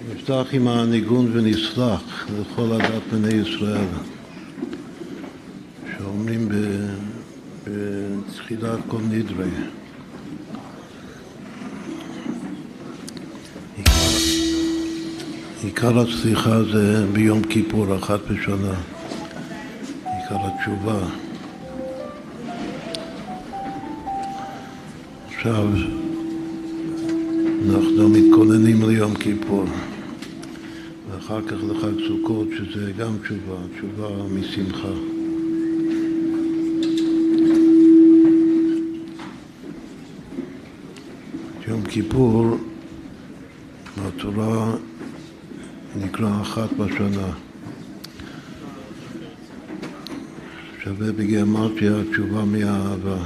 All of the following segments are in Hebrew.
נפתח עם הניגון ונסלח לכל עדת בני ישראל שאומרים בתחילת כל נדרי. עיקר הסליחה זה ביום כיפור, אחת בשנה, עיקר התשובה. עכשיו אנחנו מתכוננים ליום כיפור ואחר כך לחג סוכות, שזה גם תשובה משמחה. יום כיפור בתורה נקרא אחת בשנה. שווה בגימטריה תשובה מהאהבה.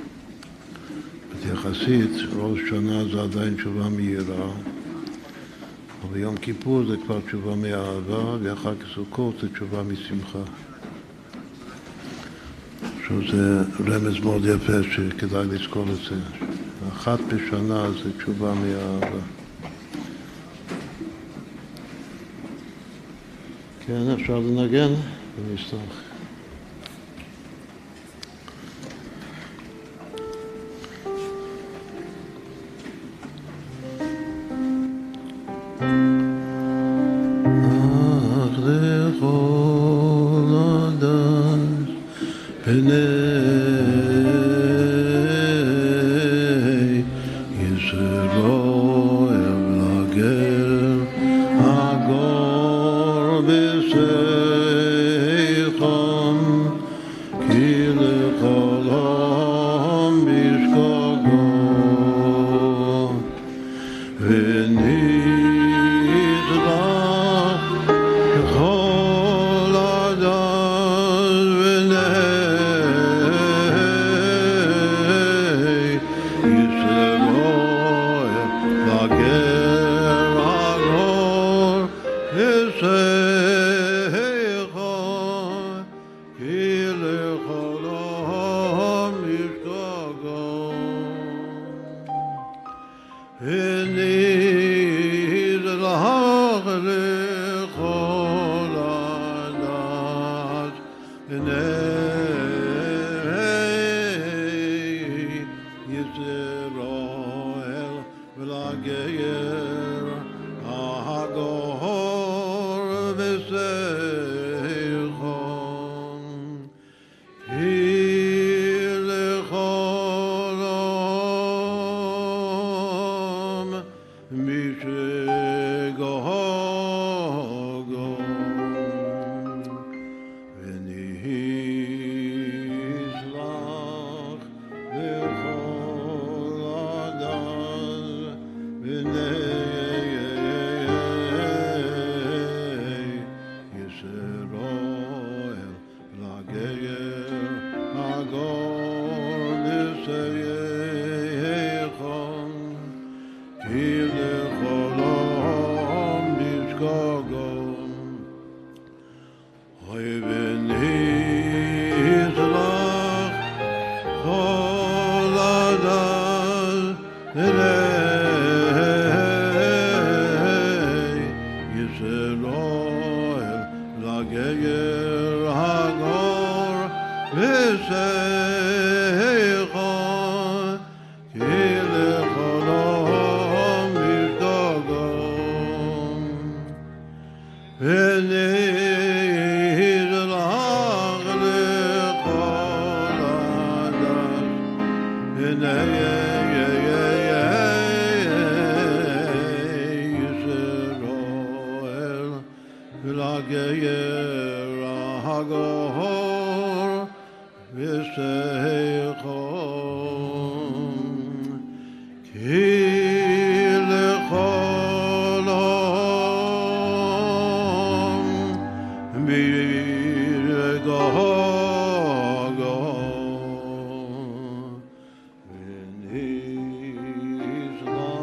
יחסית, ראש שנה זה עדיין תשובה מהירה, אבל יום כיפור זה כבר תשובה מהאהבה, ואחר כך סוכות זה תשובה משמחה. שזה רמז מאוד יפה שכדאי לזכור את זה. אחת בשנה זה תשובה מהאהבה. כן, אפשר לנגן ונסלח.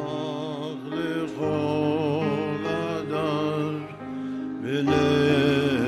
B'nei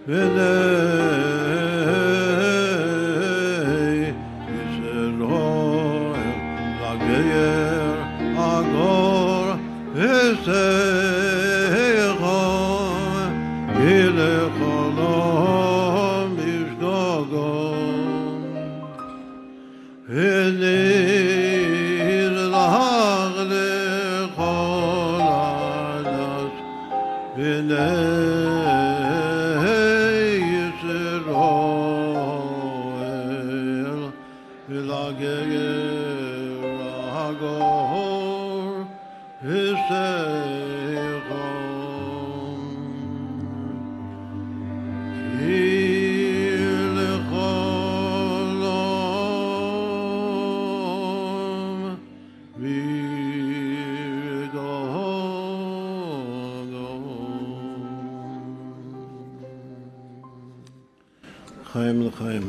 חיים לחיים.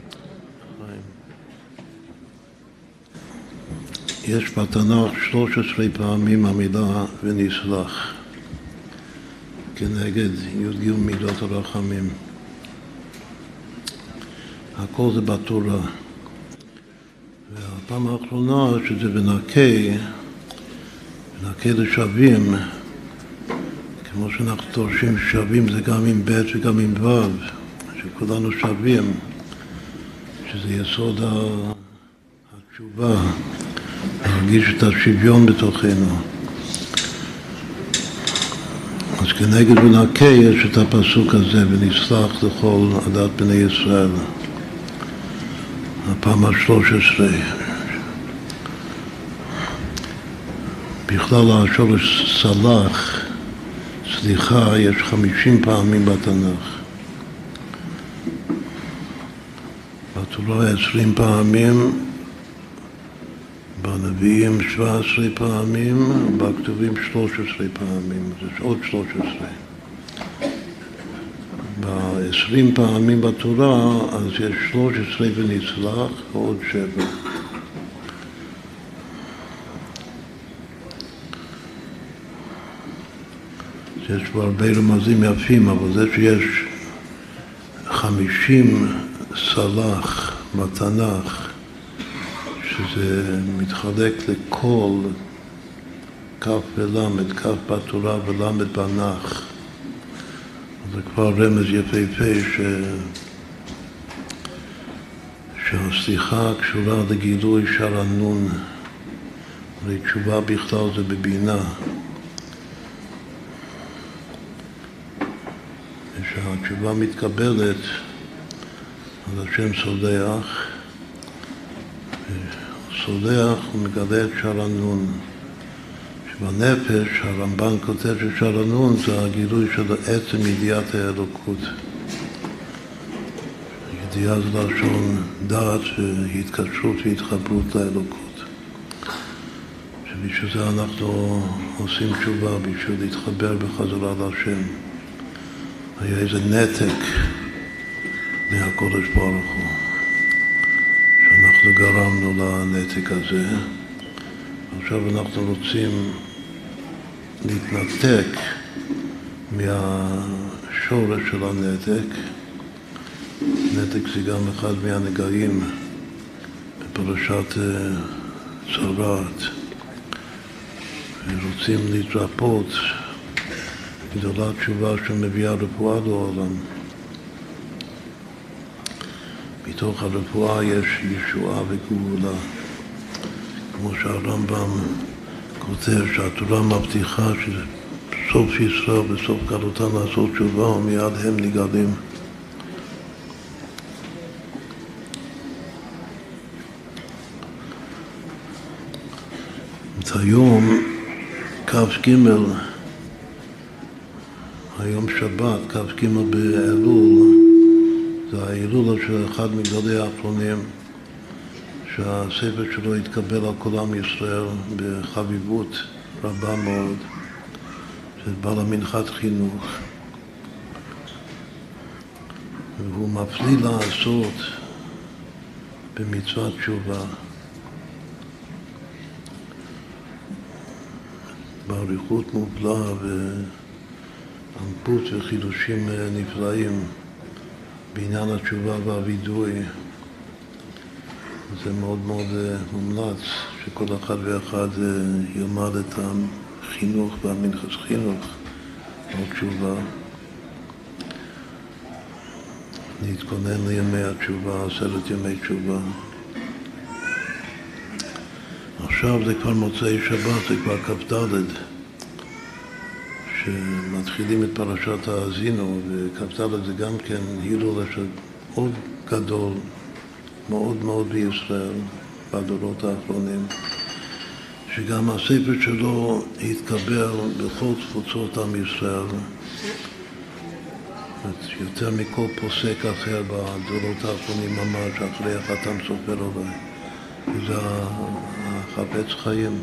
יש בתנ"ך 13 פעמים המילה ונסלח כנגד י"ג מידות הרחמים. הכל זה בתורה. והפעם האחרונה שזה ונקה לשווים, כמו שאנחנו דורשים שווים זה גם עם ב' וגם עם ו', שכולנו שווים, שזה יסוד התשובה, להרגיש את השוויון בתוכנו. אז כנגד ונקה יש את הפסוק הזה, ונסלח לכל עדת בני ישראל. הפעם ה-13. בכלל השורש סלח, סליחה, יש 50 פעמים בתנ"ך. בתורה 20 פעמים, בנביאים 17 פעמים, בכתובים 13 פעמים, זה עוד 13. ב-20 פעמים בתורה, אז יש 13 ונסלח, ועוד 7. יש כבר הרבה רמזים יפים, אבל זה שיש 50 סלח בתנ"ך, שזה מתחלק לכל כ' ולמד, כ' בתורה ולמד בנ"ך. זה כבר רמז יפהפה שהסליחה קשורה לגילוי שער הנון, לתשובה בכלל זה בבינה. כשהתשובה מתקבלת, אז השם סולח, סולח ומגלה את שער הנון. שבנפש הרמב"ן כותב ששער הנון זה הגילוי של עצם ידיעת האלוקות. ידיעה זה לשון דעת והתקשרות והתחברות לאלוקות. שבשביל זה אנחנו עושים תשובה, בשביל להתחבר בחזרה להשם. היה איזה נתק מהקודש ברוך הוא, שאנחנו גרמנו לנתק הזה. עכשיו אנחנו רוצים להתנתק מהשורש של הנתק. נתק זה גם אחד מהנגעים בפרשת צרעת. ורוצים להתרפות, גדולה תשובה שמביאה רפואה לעולם. מתוך הרפואה יש ישועה וגאולה. כמו שהרמב"ם כותב שהתורה מבטיחה שסוף ישראל בסוף גלותם לעשות תשובה ומיד הם נגאלים. את היום כ"ג, היום שבת, כ"ג באלול, זה ההילולה של אחד מגדולי האחרונים, שהספר שלו התקבל על כל עם ישראל בחביבות רבה מאוד, זה בעל המנחת חינוך, והוא מפליא לעשות במצוות תשובה, באריכות מופלאה ועמקות וחידושים נפלאים. בעניין התשובה והווידוי. זה מאוד מאוד מומלץ שכל אחד ואחד ילמד את החינוך והמנחס חינוך על תשובה. להתכונן לימי התשובה, 10 ימי תשובה. עכשיו זה כבר מוצאי שבת, זה כבר כ"ד, שמתחילים את פרשת האזינו, וכ"ד זה גם כן הילול מאוד גדול, מאוד מאוד בישראל, בדורות האחרונים, שגם הספר שלו התקבל בכל תפוצות עם ישראל, יותר מכל פוסק אחר בדורות האחרונים ממש, אחרי החתם סופר אולי. זה החפץ חיים.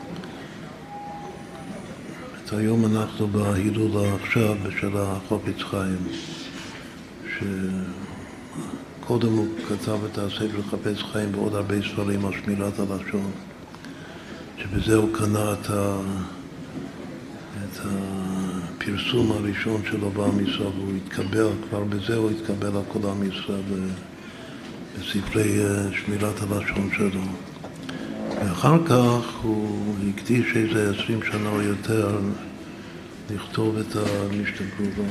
את היום אנחנו בהילול עכשיו של החפץ חיים, שקודם הוא כתב את הספר חפץ חיים בעוד הרבה ספרים על שמירת הלשון, שבזה הוא קנה את הפרסום הראשון שלו בעם ישראל, והוא התקבל, כבר בזה הוא התקבל על כל עם ישראל בספרי שמירת הלשון שלו. ואחר כך הוא הקדיש איזה 20 שנה או יותר לכתוב את המשנה ברורה.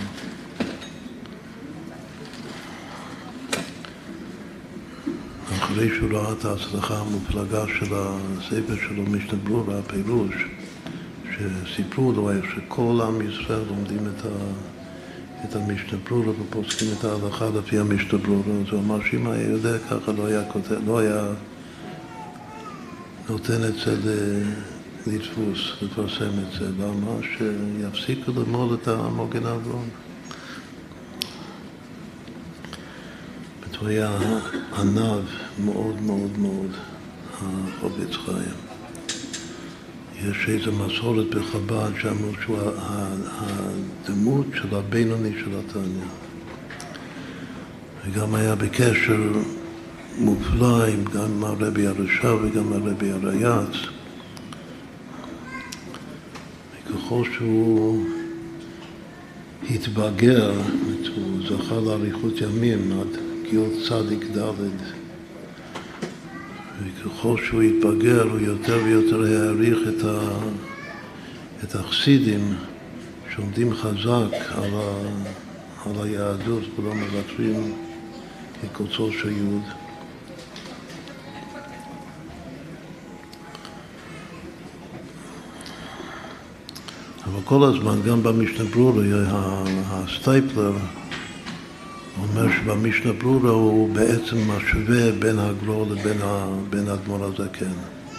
אחרי שהוא ראה את ההצלחה המופלגה של הספר שלו, משנה ברורה, הפירוש, שסיפרו לו שכל עם ישראל לומדים את המשנה ברורה ופוסקים את ההלכה לפי המשנה ברורה. אז הוא אמר שאם היה יודע ככה לא היה נותן את זה לתפוס, לפרסם את זה. למה? שיפסיקו ללמוד את המוגן אברהם. הוא היה ענב מאוד מאוד מאוד, החפץ חיים. יש איזו מסורת בחב"ד שאמרו שהוא הדמות של הבינוני של התניא. וגם היה בקשר מופלא גם עם הרבי הרש"ב וגם הרבי הריי"צ. וככל שהוא התבגר, הוא זכה לאריכות ימים עד גיל צדיק ד', וככל שהוא התבגר הוא יותר ויותר העריך את החסידים שעומדים חזק על היהדות ולא מוותרים כקוצו של יוד. אבל כל הזמן, גם במשנה ברורה, הסטייפלר אומר שבמשנה ברורה הוא בעצם משווה בין הגר"א לבין האדמו"ר הזקן.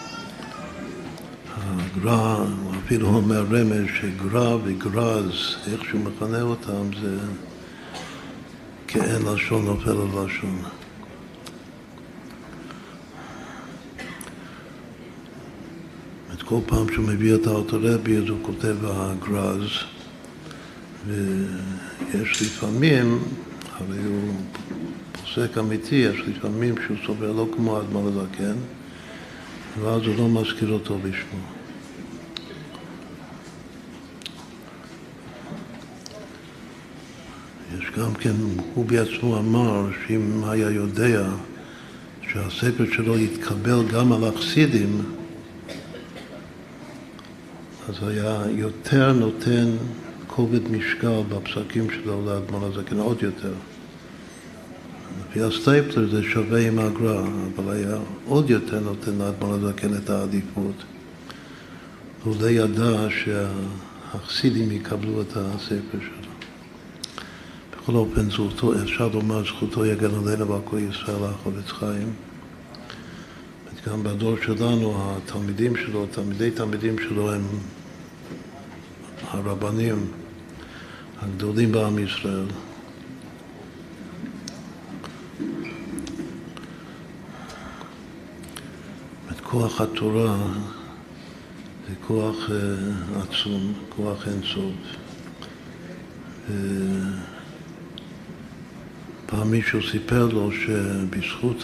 הגר"א, הוא אפילו אומר רמז שגר"א וגר"ז, איך שהוא מכנה אותם, זה כאין לשון נופל על לשון. כל פעם שהוא מביא את האלטר רבי, אז הוא כותב הגר"ז, ויש לפעמים, הרי הוא פוסק אמיתי, יש לפעמים שהוא סובר לא כמו האדמו"ר הזקן, ואז הוא לא מזכיר אותו בשמו. יש גם כן, הוא בעצמו אמר שאם היה יודע שהספר שלו יתקבל גם על החסידים, אז היה יותר נותן כובד משקל בפסקים שלו לאדמו"ר הזקן, עוד יותר. לפי הסטייפלר זה שווה עם הגר"א, אבל היה עוד יותר נותן לאדמו"ר הזקן את העדיפות. הוא לא ידע שהחסידים יקבלו את הספר שלו. בכל אופן, אפשר לומר זכותו יגן עלינו ועל כל ישראל החפץ חיים. גם בדור שלנו, התלמידים שלו, תלמידים שלו הם הרבנים הגדולים בעם ישראל. את כוח התורה זה כוח עצום, כוח אין סוף. פעם מישהו סיפר לו שבזכות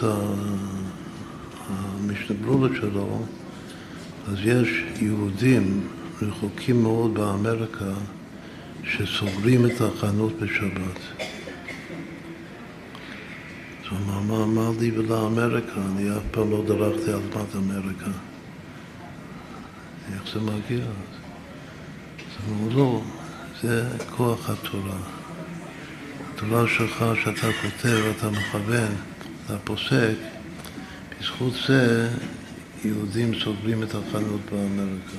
המשנה ברורה שלו, אז יש יהודים רחוקים מאוד באמריקה שסוגרים את החנות בשבת. הוא אמר, מה לי ולאמריקה? אני אף פעם לא דרכתי על אדמת אמריקה. איך זה מגיע? אז אמרו, לא, זה כוח התורה. התורה שלך שאתה כותב, אתה מכוון, אתה פוסק, בזכות זה יהודים סוגרים את החנות באמריקה.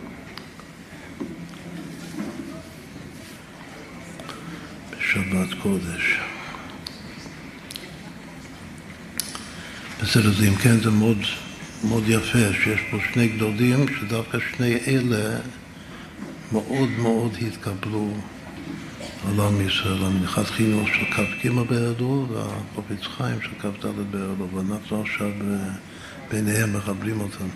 בשבת קודש. בסדר, אם כן זה מאוד, מאוד יפה שיש פה שני גדולים שדווקא שני אלה מאוד מאוד התקבלו על עם ישראל. המנחת חינוך של כ"ג באלול והחפץ חיים של כ"ד באלול, ואנחנו עכשיו ביניהם מחברים אותם.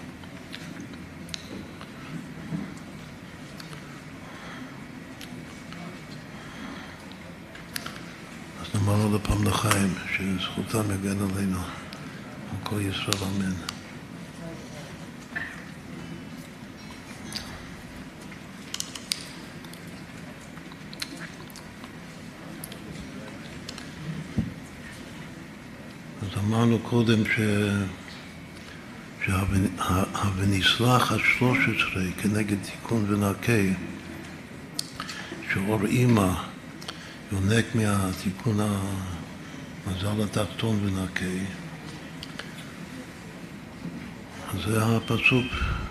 אז נאמר עוד פעם לחיים שזכותם יגן עלינו. כל ישראל אמן. אז אמרנו קודם שה"ונסלח" 13 כנגד תיקון ונקי, שאור אימא יונק מהתיקון המזל התחתון ונקי. אז זה הפסוק,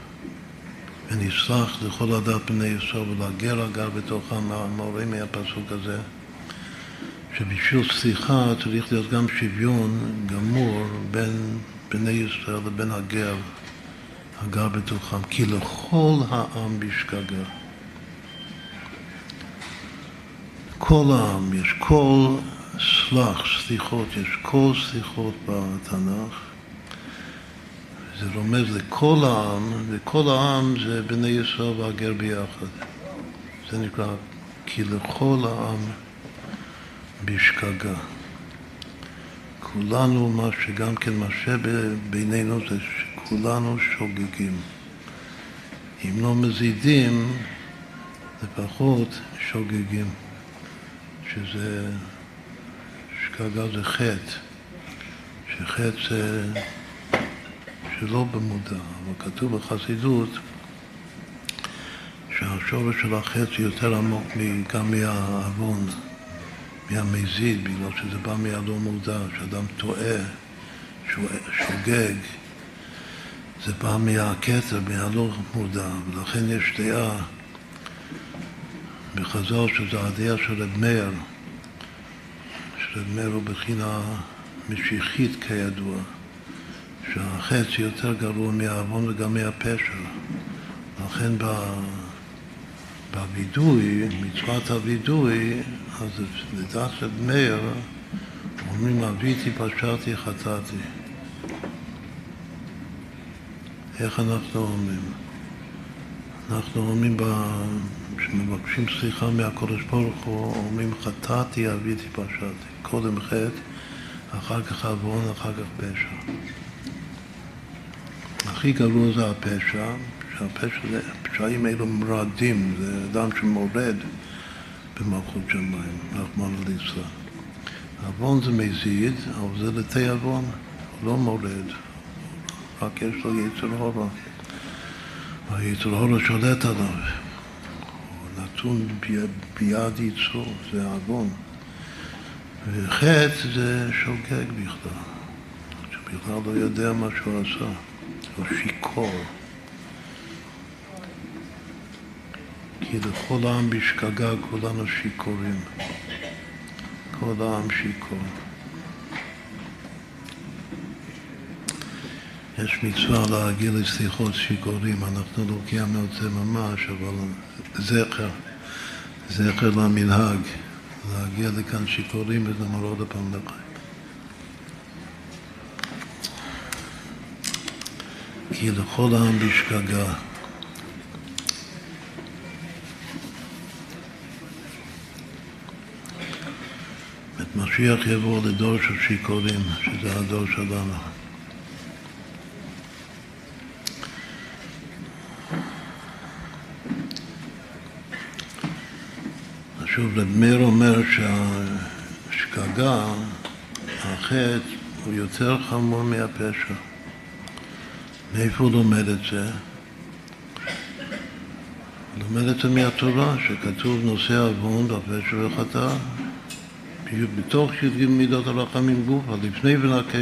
ונסלח לכל עדת בני ישראל ולגר הגר בתוכם. המורה מהפסוק הזה, שבשביל סליחה צריך להיות גם שוויון גמור בין בני ישראל לבין הגר בתוכם, כי לכל העם בשגגה. כל העם, יש כל סליחות, יש כל סליחות בתנ"ך. זה רומז לכל העם, וכל העם זה בני ישראל והגר ביחד. זה נקרא, כי לכל העם בשגגה. כולנו, מה שגם כן משווה בינינו זה שכולנו שוגגים. אם לא מזידים, לפחות שוגגים. שזה, שגגה זה חטא. שחטא זה שלא במודע, אבל כתוב בחסידות שהשורש של החטא יותר עמוק גם מהעוון, מהמזיד, בגלל שזה בא מהלא מודע, שאדם טועה, שוגג, זה בא מהכתר, מהלא מודע, ולכן יש דעה בחז"ל שזה הדעה של רב מאיר, שרב מאיר הוא בחינה משיחית כידוע, שהחטא יותר גרוע מהעוון וגם מהפשע. לכן בווידוי, מצוות הווידוי, אז לדעת רב מאיר אומרים, אביתי, פשעתי, חטאתי. איך אנחנו אומרים? אנחנו אומרים, כשמבקשים סליחה מהקדוש ברוך הוא, אומרים, חטאתי, אביתי, פשעתי. קודם חטא, אחר כך עוון, אחר כך פשע. הכי גרוע זה הפשע, שהפשעים האלו מרדים, זה אדם שמורד במלכות שמיים, רחמנא ליצלן. עוון זה מזיד, אבל זה לתי עוון, הוא לא מורד, רק יש לו יצר הרע. והיצר הרע שולט עליו, הוא נתון ביד יצרו, זה עוון. וחטא זה שוגג בכלל, שבכלל לא יודע מה שהוא עשה. הוא שיקור. כי לכל העם בשגגה כולנו שיקורים. כל העם שיקור. יש מצווה להגיע לסליחות שיכורים, אנחנו לא קיימנו את זה ממש, אבל זכר למנהג, להגיע לכאן שיכורים ונאמר עוד הפעם לחיים. כי לכל העם בשגגה. את משיח יבוא לדור של שיכורים, שזה הדור שלנו. שוב, רב מאיר אומר שהשגגה, החטא הוא יותר חמור מהפשע. מאיפה הוא לומד את זה? לומד את זה מהתורה, שכתוב נושא עוון והפשע וחטא, בתוך י"ג מידות הרחמים גופה, לפני ונקה.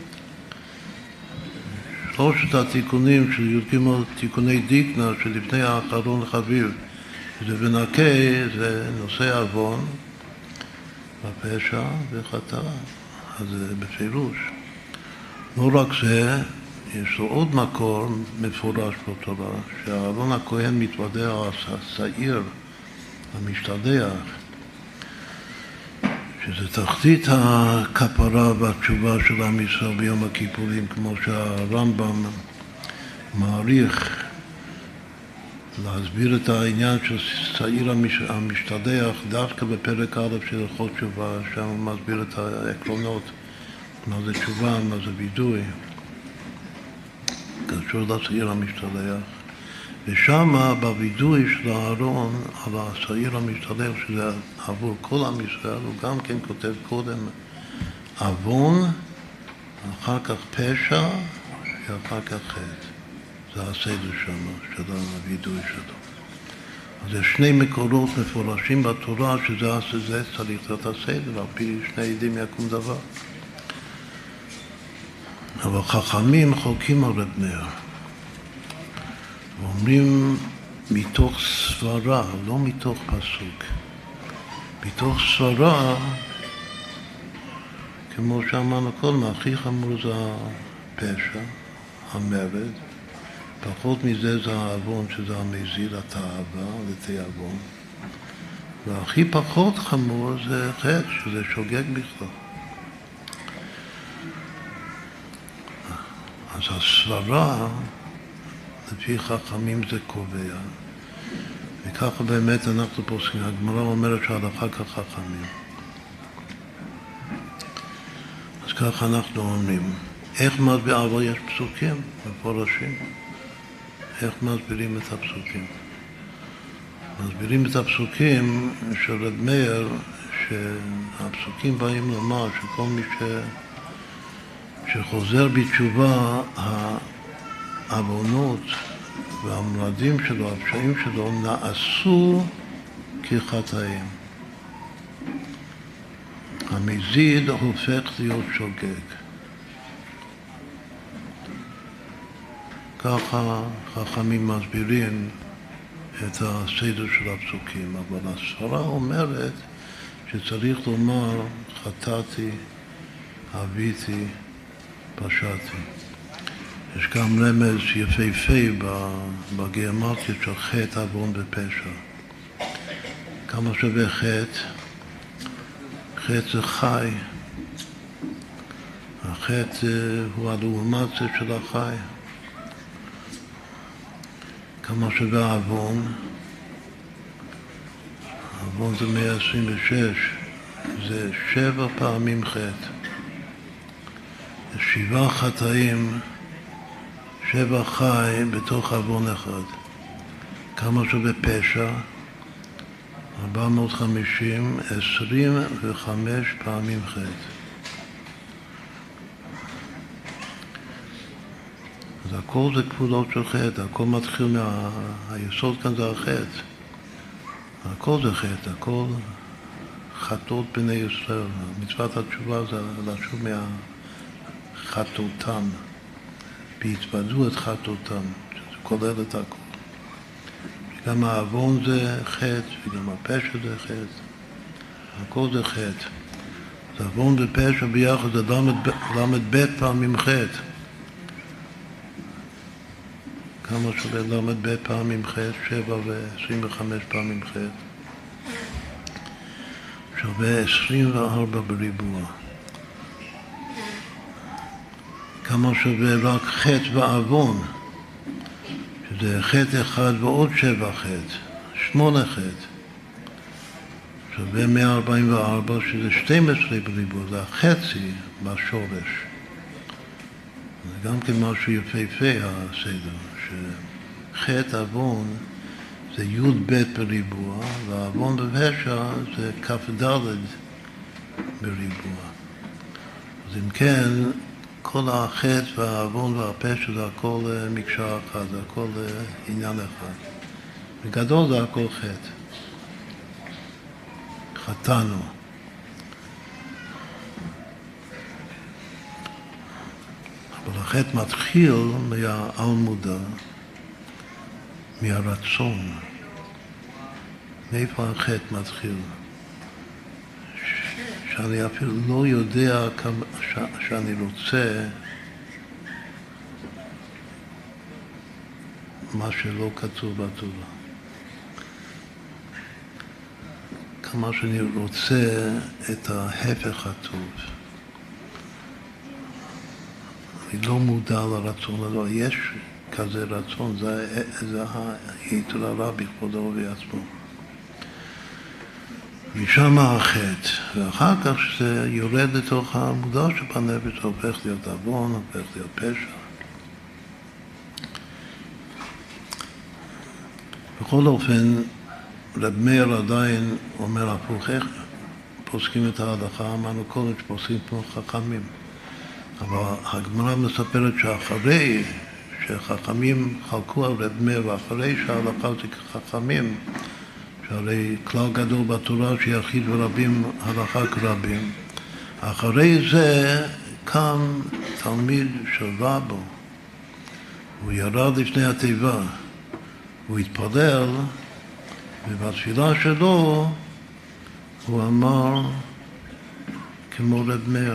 שלושת התיקונים של י"ג תיקוני דיקנה, שלפני האחרון חביב, זה ונקה, זה נושא עוון, והפשע וחטא. אז זה בפירוש. לא רק זה, יש לו עוד מקור מפורש בתורה, שאהרון הכהן מתוודע על השעיר המשתדח, שזה תחתית הכפרה והתשובה של עם ישראל ביום הכיפורים, כמו שהרמב"ם מעריך להסביר את העניין של שעיר המשתדח דווקא בפרק א' של הלכות תשובה, שם הוא מסביר את העקרונות, מה זה תשובה, מה זה וידוי, קשור לשעיר המשתדח. ושם בווידוי של אהרון על השעיר המשתדח, שזה עבור כל עם ישראל, הוא גם כן כותב קודם עוון, אחר כך פשע ואחר כך חטא. זה הסדר שם, של הווידוי שלו. אז יש שני מקורות מפורשים בתורה שזה צריך להיות הסדר, על פי שני עדים יקום דבר. אבל חכמים חולקים על רב מאיר. ואומרים מתוך סברה, לא מתוך פסוק. מתוך סברה, כמו שאמרנו קודם, הכי חמור זה הפשע, המרד. פחות מזה זה העוון, שזה המזיד, התאווה, לתיאבון. והכי פחות חמור זה חטא, שזה שוגג בכלל. אז הסברה, לפי חכמים זה קובע. וככה באמת אנחנו פוסקים. הגמרא אומרת שההלכה כחכמים. אז ככה אנחנו אומרים. איך מסביר, אבל יש פסוקים מפורשים. איך מסבירים את הפסוקים? מסבירים את הפסוקים של רב מאיר, שהפסוקים באים לומר שכל מי שחוזר בתשובה, העוונות והמרדים שלו, הפשעים שלו, נעשו כחטאים. המזיד הופך להיות שוגג. ככה חכמים מסבירים את הסדר של הפסוקים, אבל הסברה אומרת שצריך לומר חטאתי, עוויתי, פשעתי. יש גם רמז יפהפה בגימטריה של חטא, עוון ופשע. כמה שווה חטא? חטא זה חי. החטא הוא הלעומציה של החי. כמה שווה עוון? עוון זה 126, זה 7 פעמים חטא. 7 חטאים, 7 חי בתוך עוון אחד. כמה שווה פשע? 450, 25 פעמים חטא. אז הכל זה כפולות של חטא, הכל מתחיל היסוד כאן זה החטא. הכל זה חטא, הכל חטאות בני ישראל. מצוות התשובה זה לשוב מהחטאותם, והתוודו את חטאותם, שזה כולל את הכל. גם העוון זה חטא, וגם הפשע זה חטא. הכל זה חטא. אז עוון ופשע ביחד זה ל"ב פעמים חטא. כמה שווה ל"ב פעמים חטא? 7 ו-25 פעמים חטא. שווה 24 בריבוע. כמה שווה רק חטא ועוון? שזה חטא אחד ועוד 7 חטא. 8 חטא. שווה 144, שזה 12 בריבוע. זה החצי בשורש. זה גם כן משהו יפהפה הסדר. שחטא עוון זה י"ב בריבוע, והעוון בפשע זה כ"ד בריבוע. אז אם כן, כל החטא והעוון והפשע זה הכל מקשר אחד, זה הכל עניין אחד. בגדול זה הכל חטא. חטאנו. אבל החטא מתחיל מהעל מודע, מהרצון. מאיפה החטא מתחיל? שאני אפילו לא יודע שאני רוצה מה שלא כתוב בתורה. כמה שאני רוצה את ההפך הטוב. אני לא מודע לרצון הזה, יש כזה רצון, זה היתר הרע בכבודו ובעצמו. משם החטא, ואחר כך שזה יורד לתוך המודע שבנפש, זה הופך להיות עוון, הופך להיות פשע. בכל אופן, רב מאיר עדיין אומר הפוך, איך פוסקים את ההלכה, אמרנו קודם שפוסקים כמו חכמים. אבל הגמרא מספרת שאחרי שחכמים חלקו על רב מאיר, ואחרי שההלכה זה כחכמים, שהרי כלל גדול בתורה שיחיד ורבים הלכה כרבים, אחרי זה קם תלמיד של רבו, הוא ירד לפני התיבה, הוא התפלל, ובתפילה שלו הוא אמר כמו רב מאיר.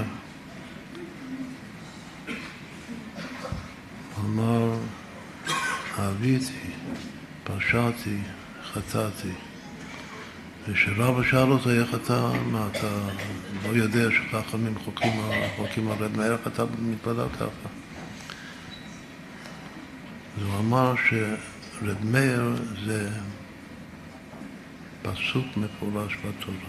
הוא אמר, אהביתי, פשעתי, חטאתי. ושרבא שאל אותו, איך אתה, מה אתה לא יודע שחכמים חולקים על רב מאיר, איך אתה מתפלל ככה? אז הוא אמר שרב מאיר זה פסוק מפורש בתורה.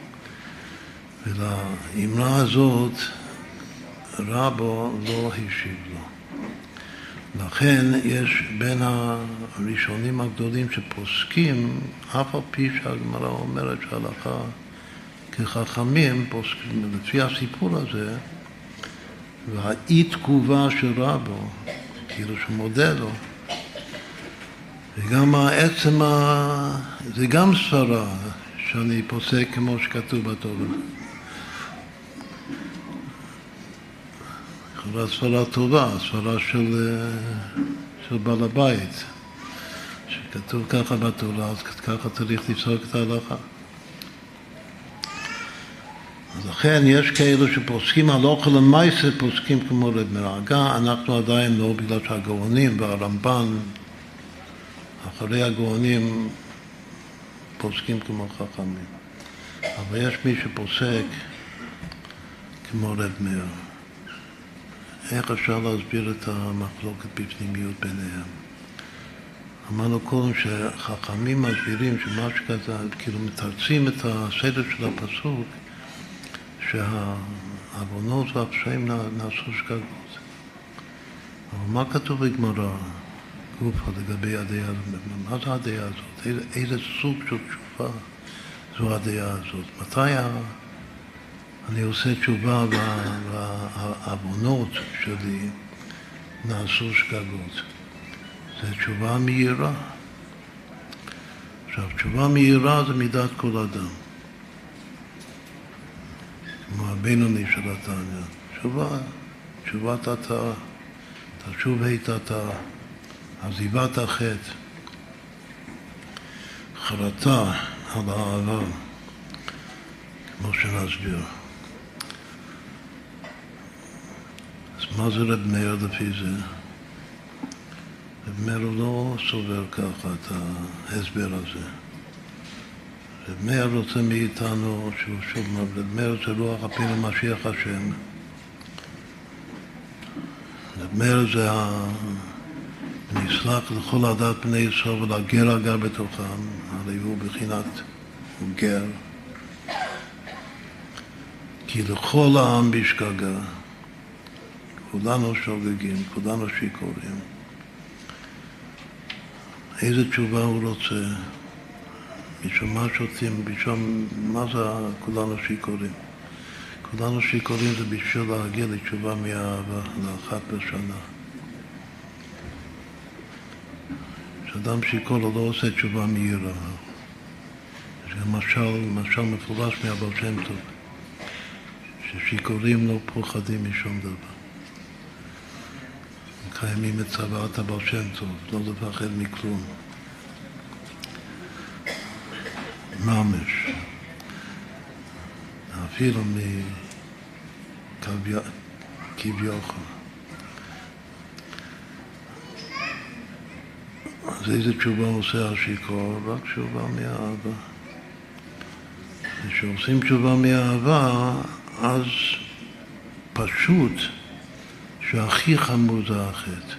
ולאמרה הזאת רבו לא השיב לו. לכן יש בין הראשונים הגדולים שפוסקים, אף על פי שהגמרא אומרת שההלכה כחכמים פוסקים, לפי הסיפור הזה, והאי תגובה של רבו, כאילו שמודה לו, וגם העצם, זה גם סברה שאני פוסק כמו שכתוב בתורה. זו סברה טובה, סברה של בעל הבית, שכתוב ככה בתורה, אז ככה צריך לפסוק את ההלכה. אז לכן יש כאלו שפוסקים הלכה למעשה, פוסקים כמו רב מאיר. אנחנו עדיין לא, בגלל שהגאונים והרמב"ן, אחרי הגאונים פוסקים כמו חכמים. אבל יש מי שפוסק כמו רב מאיר. איך אפשר להסביר את המחלוקת בפנימיות ביניהם? אמרנו קודם שחכמים מסבירים שמה שכזה, כאילו מתרצים את הסדר של הפסוק, שהעוונות והפשעים נעשו שגגות. אבל מה כתוב בגמרא? גופה לגבי הדעה הזאת. מה זה הדעה הזאת? איזה סוג של תשובה זו הדעה הזאת? מתי אני עושה תשובה והעוונות שלי נעשו שגגות? זה תשובה מהירה. עכשיו, תשובה מהירה זה מידת כל אדם. כמו הבינוני של התניא. תשובת התאה, תשוב היטתה, עזיבת החטא, חרטה על העבר, כמו שנסביר. אז מה זה רב מאיר לפי זה? רב מאיר לא סובר ככה את ההסבר הזה. רב מאיר רוצה מאיתנו, רב מאיר זה רוח הפינו משיח השם. רב מאיר זה נסלח לכל עדת בני ישראל ולגר הגר בתוכם, הרי הוא בחינת גר. כי לכל העם בשגגה, כולנו שוגגים, כולנו שיכורים. איזה תשובה הוא רוצה? בשביל מה שותים? בשביל מה זה כולנו שיכורים? כולנו שיכורים זה בשביל להגיע לתשובה מאהבה, לאחת בשנה. כשאדם שיכור לא עושה תשובה מהירה. יש גם משל מפורש מהבעל שם טוב, ששיכורים לא פוחדים משום דבר. קיימים את צוואת הבעל שם טוב, לא לפחד מכלום. ממש. אפילו כביכול. אז איזה תשובה עושה השיכור? רק תשובה מאהבה. כשעושים תשובה מאהבה, אז פשוט שהכי חמור זה החטא.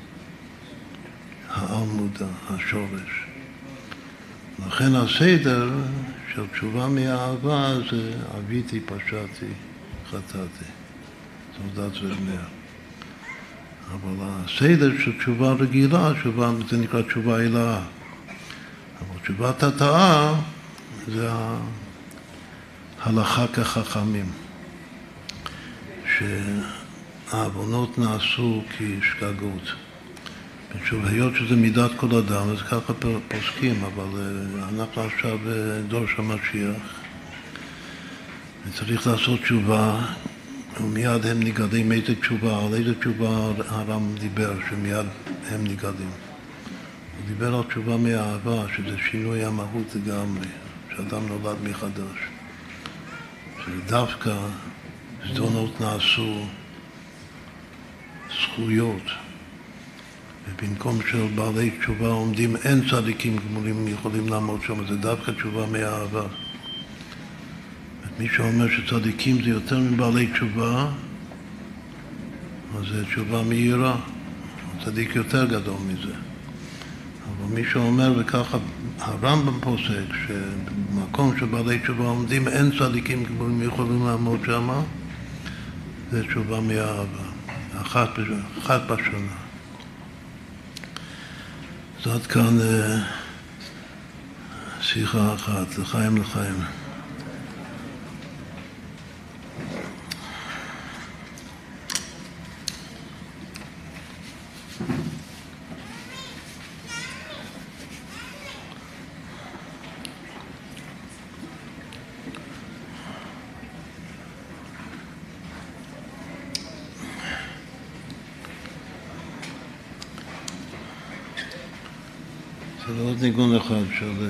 העל מודע, השורש. לכן הסדר של תשובה מאהבה זה אביתי, פשעתי, חטאתי. זאת זרנר. אבל הסדר של תשובה רגילה, זה נקרא תשובה אלאה. אבל תשובת התאה זה ההלכה כחכמים. שהעוונות נעשו כשגגות. היות שזה מידת כל אדם, אז ככה פוסקים, אבל אנחנו עכשיו בדור של משיח, וצריך לעשות תשובה, ומיד הם נגדים איזה תשובה, על איזה תשובה הרם דיבר, שמיד הם נגדים. הוא דיבר על תשובה מאהבה, שזה שינוי המהות לגמרי, שאדם נולד מחדש. שדווקא זדונות נעשו זכויות, ובמקום של בעלי תשובה עומדים אין צדיקים גמולים יכולים לעמוד שם, זה דווקא תשובה מאהבה. מי שאומר שצדיקים זה יותר מבעלי תשובה, אז זה תשובה מהירה, צדיק יותר גדול מזה. אבל מי שאומר, וככה הרמב"ם פוסק, שבמקום של בעלי תשובה עומדים אין צדיקים גמולים יכולים לעמוד שם, זה תשובה מאהבה, אחת בשנה. אז עד כאן שיחה אחת, לחיים לחיים. זה עוד ניגון אחד של...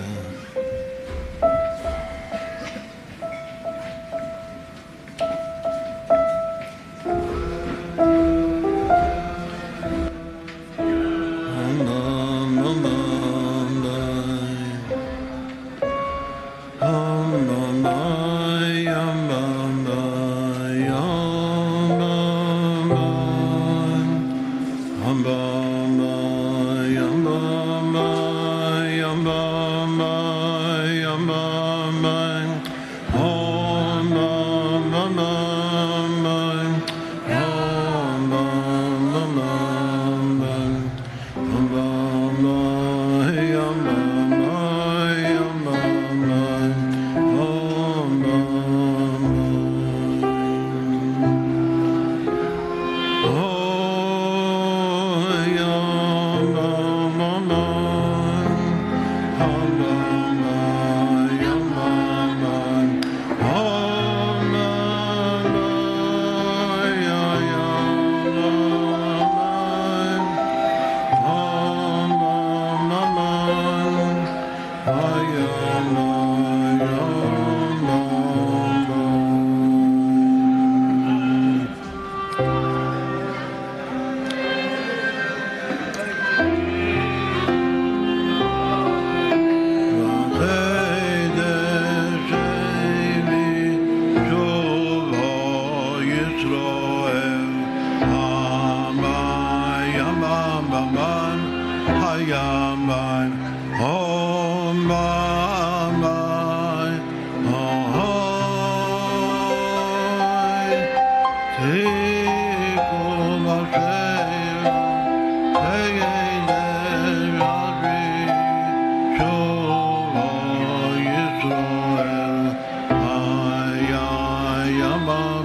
Yama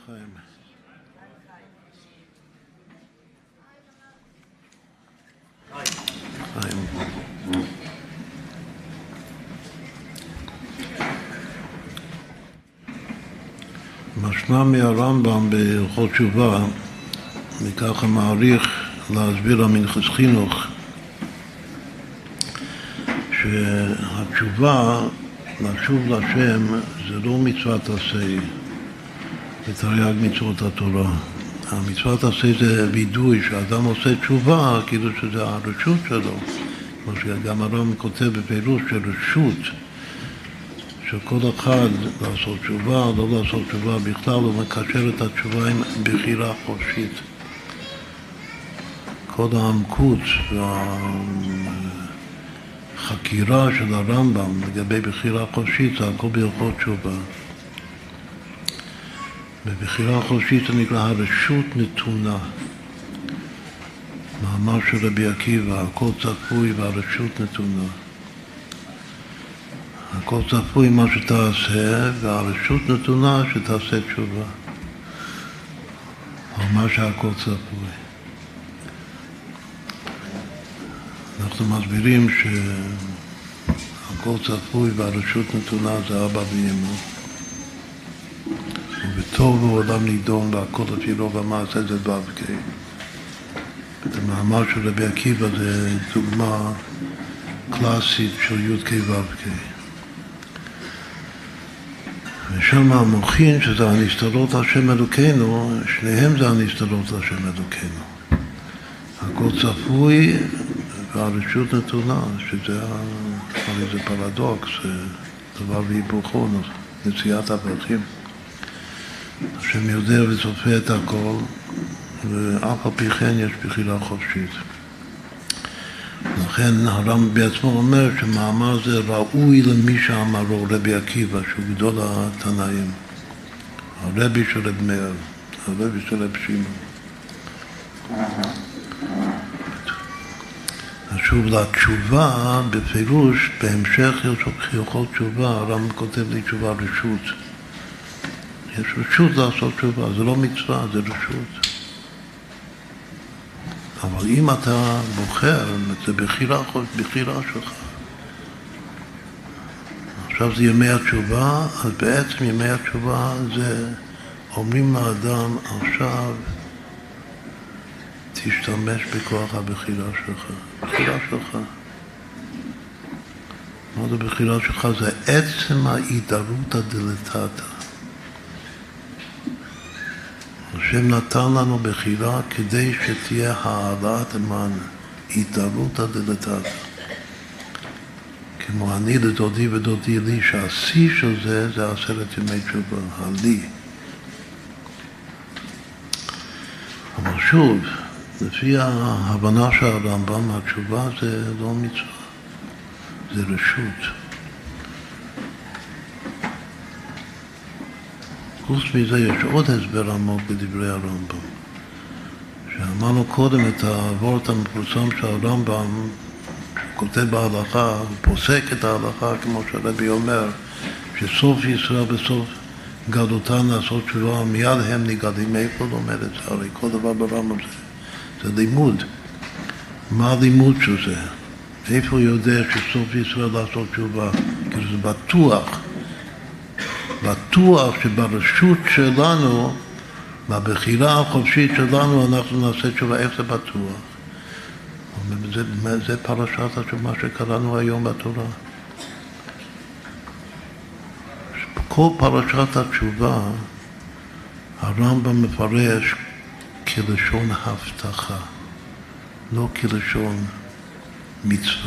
חיים. חיים. משמע מהרמב"ם בהלכות תשובה, וככה מעריך להסביר המנחס חינוך, שהתשובה, לשוב לשם, זה לא מצוות עשה, בתרי"ג מצוות התורה. המצוות עשה זה וידוי שאדם עושה תשובה, כאילו שזה הרשות שלו. כמו שגם הרמב"ם כותב בפירוש שרשות של כל אחד לעשות תשובה, לא לעשות תשובה בכלל, הוא מקשר את התשובה עם בחירה חופשית. כל העמקות והחקירה של הרמב"ם לגבי בחירה חופשית זה הכל בהלכות תשובה. בבחירה חופשית זה נקרא הרשות נתונה. מאמר של רבי עקיבא, הכל צפוי והרשות נתונה. הכל צפוי מה שתעשה, והרשות נתונה שתעשה תשובה. או מה שהכל צפוי. אנחנו מסבירים שהכל צפוי והרשות נתונה זה אבא ואמא. ובטוב העולם נידון והכל לפי רוב המעשה זה ו"ק. המאמר של רבי עקיבא זה דוגמה קלאסית של י"ק ו"ק. ושם המוחין שזה הנסתרות השם אלוקינו, שניהם זה הנסתרות השם אלוקינו. הכל צפוי והרשות נתונה, שזה הרי זה פרדוקס, זה דבר והיפוכו, נשיאת הברכים. השם יודע וצופה את הכל, ואף על פי כן יש בחירה חופשית. לכן הרמב"ם בעצמו אומר שמאמר זה ראוי למי שאמרו, רבי עקיבא, שהוא גדול התנאים, הרבי של רב מאיר, הרבי של רב שמעון. שוב, לתשובה, בפירוש, בהמשך הלכות תשובה, הרמב"ם כותב לי תשובה רשות. יש רשות לעשות תשובה, זה לא מצווה, זה רשות. אבל אם אתה בוחר, זה בחירה שלך. עכשיו זה ימי התשובה, אז בעצם ימי התשובה זה אומרים לאדם, עכשיו תשתמש בכוח הבחירה שלך. בחירה שלך. מה זה בחירה שלך? זה עצם ההידרותא דלתתא. השם נתן לנו בחירה כדי שתהיה העלאת המן, הידרותא דלתתא. כמו אני לדודי ודודי לי, שהשיא של זה זה 10 ימי תשובה, הלי. אבל שוב, לפי ההבנה של הרמב"ם, התשובה זה לא מצווה, זה רשות. חוץ מזה יש עוד הסבר עמוק בדברי הרמב"ם. שאמרנו קודם את העבורת המפורסם של הרמב"ם, שכותב בהלכה, הוא פוסק את ההלכה כמו שהרבי אומר, שסוף ישראל בסוף גדותן לעשות תשובה, מיד הם נגדים. מאיפה לומד את זה? הרי כל דבר ברמב"ם זה לימוד. מה הלימוד של זה? איפה הוא יודע שסוף ישראל לעשות תשובה? כי זה בטוח. בטוח שברשות שלנו, בבחירה החופשית שלנו, אנחנו נעשה תשובה. איך זה בטוח? זה פרשת התשובה שקראנו היום בתורה. כל פרשת התשובה, הרמב"ם מפרש כלשון הבטחה, לא כלשון מצווה.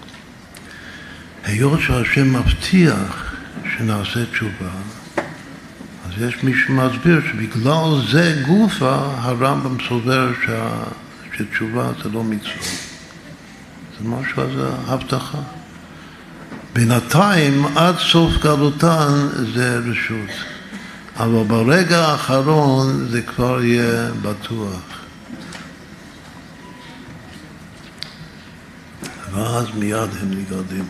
היות שהשם מבטיח שנעשה תשובה, אז יש מי שמסביר שבגלל זה גופה הרמב"ם סובר שתשובה זה לא מצווה. זה משהו, זה הבטחה. בינתיים עד סוף גלותן זה רשות. אבל ברגע האחרון זה כבר יהיה בטוח. ואז מיד הם נגדים.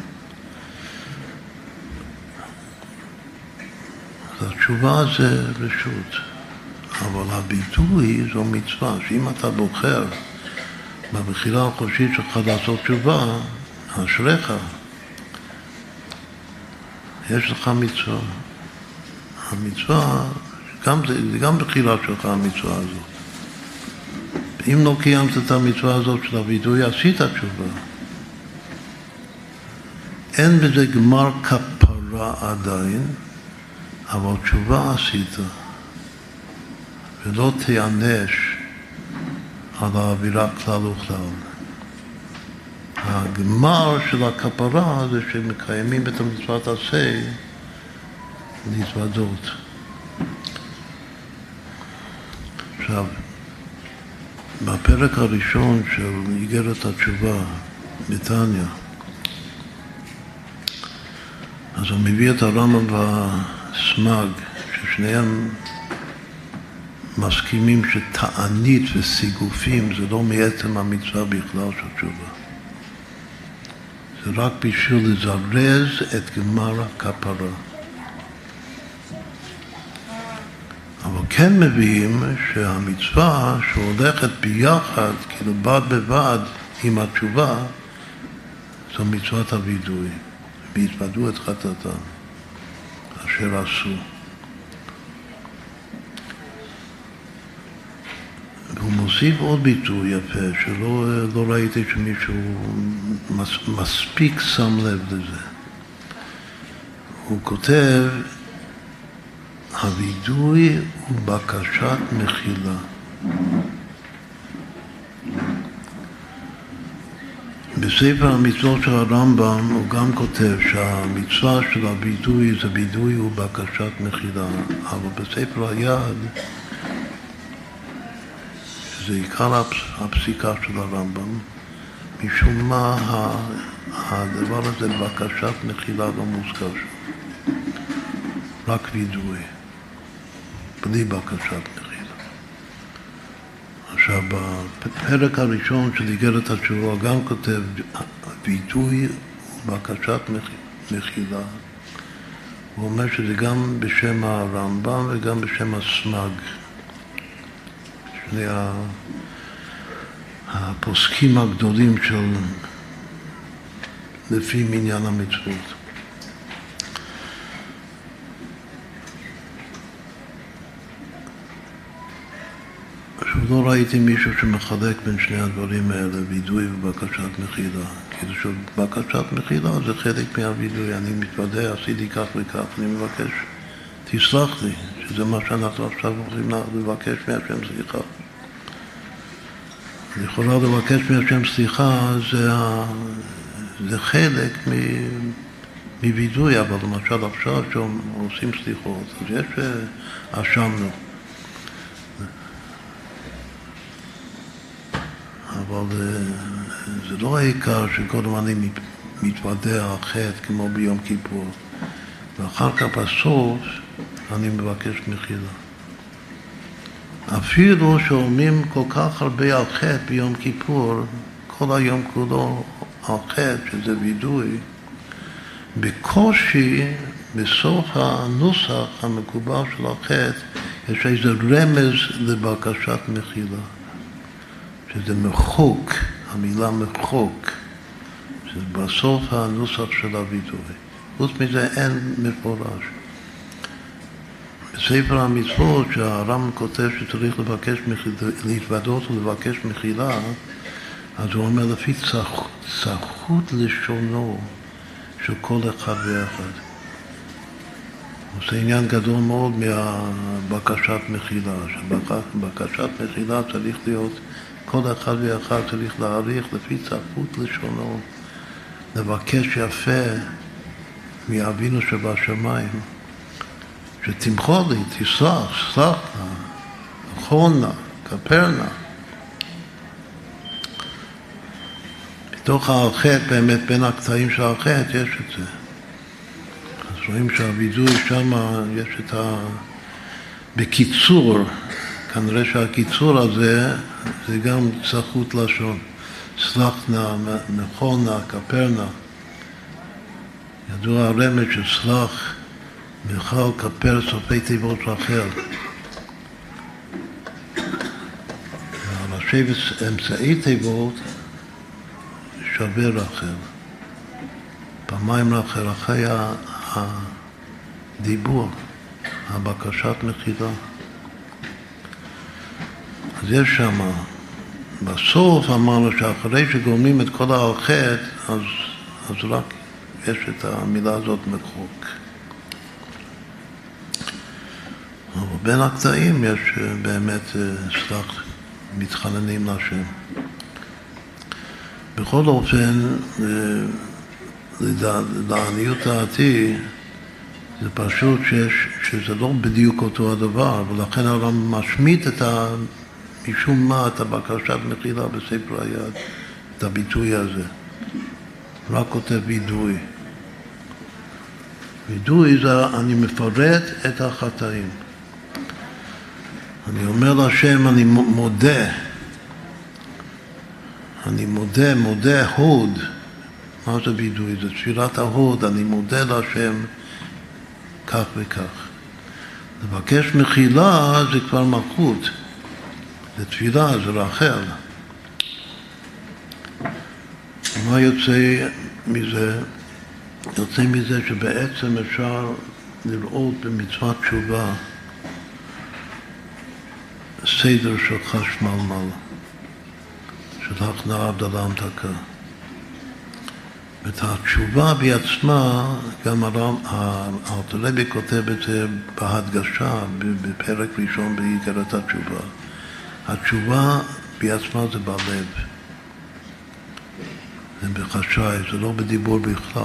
התשובה זה רשות. אבל הביטוי זו מצווה, שאם אתה בוחר בבחירה החופשית שלך לעשות תשובה, אשריך, יש לך מצווה. המצווה, זה גם בחירה שלך המצווה הזאת. אם לא קיימת את המצווה הזאת של הביטוי, עשית תשובה. אין בזה גמר כפרה עדיין, אבל תשובה עשית. ולא תיענש על האווירה כלל וכלל. הגמר של הכפרה זה שמקיימים את המצוות עשה להתוודות. עכשיו, בפרק הראשון של איגרת התשובה בתניא, אז הוא מביא את הרמב"ם והסמ"ג, ששניהם מסכימים שתענית וסיגופים זה לא מעצם המצווה בכלל של תשובה. זה רק בשביל לזרז את גמר הכפרה. אבל כן מביאים שהמצווה שהולכת ביחד, כאילו בד בבד עם התשובה, זו מצוות הווידוי. והתוודו את חטאתם, אשר עשו. והוא מוסיף עוד ביטוי יפה, שלא ראיתי שמישהו מספיק שם לב לזה. הוא כותב, הווידוי הוא בקשת מחילה. בספר המצוות של הרמב"ם הוא גם כותב שהמצווה של הווידוי זה וידוי הוא בקשת מחילה, אבל בספר היד זה עיקר הפסיקה של הרמב"ם, משום מה הדבר הזה בקשת מחילה לא מוזכר שם, רק וידוי, בלי בקשת מחילה. עכשיו, בפרק הראשון של איגרת התשובה גם כותב וידוי ובקשת מחילה. הוא אומר שזה גם בשם הרמב"ם וגם בשם הסמ"ג. שני הפוסקים הגדולים של לפי מניין המצוות. לא ראיתי מישהו שמחלק בין שני הדברים האלה, וידוי ובקשת מחילה. כאילו שבקשת מחילה זה חלק מהוידוי. אני מתוודה, עשיתי כך וכך, אני מבקש, תסלח לי, שזה מה שאנחנו עכשיו הולכים לבקש מהשם סליחה. לכאורה לבקש מהשם סליחה זה חלק מוידוי, אבל למשל עכשיו שעושים סליחות, אז יש אשמנו. אבל זה לא העיקר שקודם אני מתוודע על חטא כמו ביום כיפור, ואחר כך בסוף אני מבקש מחילה. אפילו שאומרים כל כך הרבה על חטא ביום כיפור, כל היום כולו על חטא, שזה וידוי, בקושי בסוף הנוסח המקובל של החטא יש איזה רמז לבקשת מחילה. שזה מחוק, המילה מחוק, שזה בסוף הנוסח של הווידוי. חוץ מזה אין מפורש. בספר המצוות שהרמב"ם כותב שצריך לבקש להתוודות ולבקש מחילה, אז הוא אומר לפי צחות לשונו של כל אחד ואחד. זה עניין גדול מאוד מהבקשת מחילה. שבקשת מחילה צריך להיות כל אחד ואחד צריך להעריך לפי צחות לשונו, לבקש יפה מאבינו שבשמיים, שתמחול לי, תסלח, סלח נא, נכון נא, כפר נא. בתוך החטא, באמת בין הקטעים של החטא יש את זה. אז רואים שהווידוי שם יש את בקיצור, כנראה שהקיצור הזה זה גם צחות לשון. סלח נא, נכון נא, כפר נא. ידוע הרמז שסלח, מיכל, כפר, סופי תיבות רחל. ראשי אמצעי תיבות שווה רחל. פעמיים רחל, אחרי הדיבור, הבקשת מחילה. אז יש שם, בסוף אמרנו שאחרי שגומרים את כל האחד, אז רק יש את המילה הזאת מחוק. אבל בין הקטעים יש באמת סלח, מתחננים לשם. בכל אופן, לעניות דעתי, זה פשוט שזה לא בדיוק אותו הדבר, ולכן הרמב"ם משמיט משום מה את הבקשת מחילה בספר היד, את הביטוי הזה. רק כותב וידוי. וידוי זה אני מפרט את החטאים. אני אומר להשם, אני מודה. אני מודה הוד. מה זה וידוי? זה תפילת ההוד. אני מודה להשם כך וכך. לבקש מחילה זה כבר מלכות. זה תפילה, זה רחל. מה יוצא מזה? יוצא מזה שבעצם אפשר לראות במצוות תשובה סדר של חשמלמל, של הכנעה הבדלה המתקה. ואת התשובה בעצמה, גם הרבי כותב את זה בהדגשה, בפרק ראשון באיגרת התשובה. התשובה בעצמה זה בלב. זה בחשאי, זה לא בדיבור בכלל.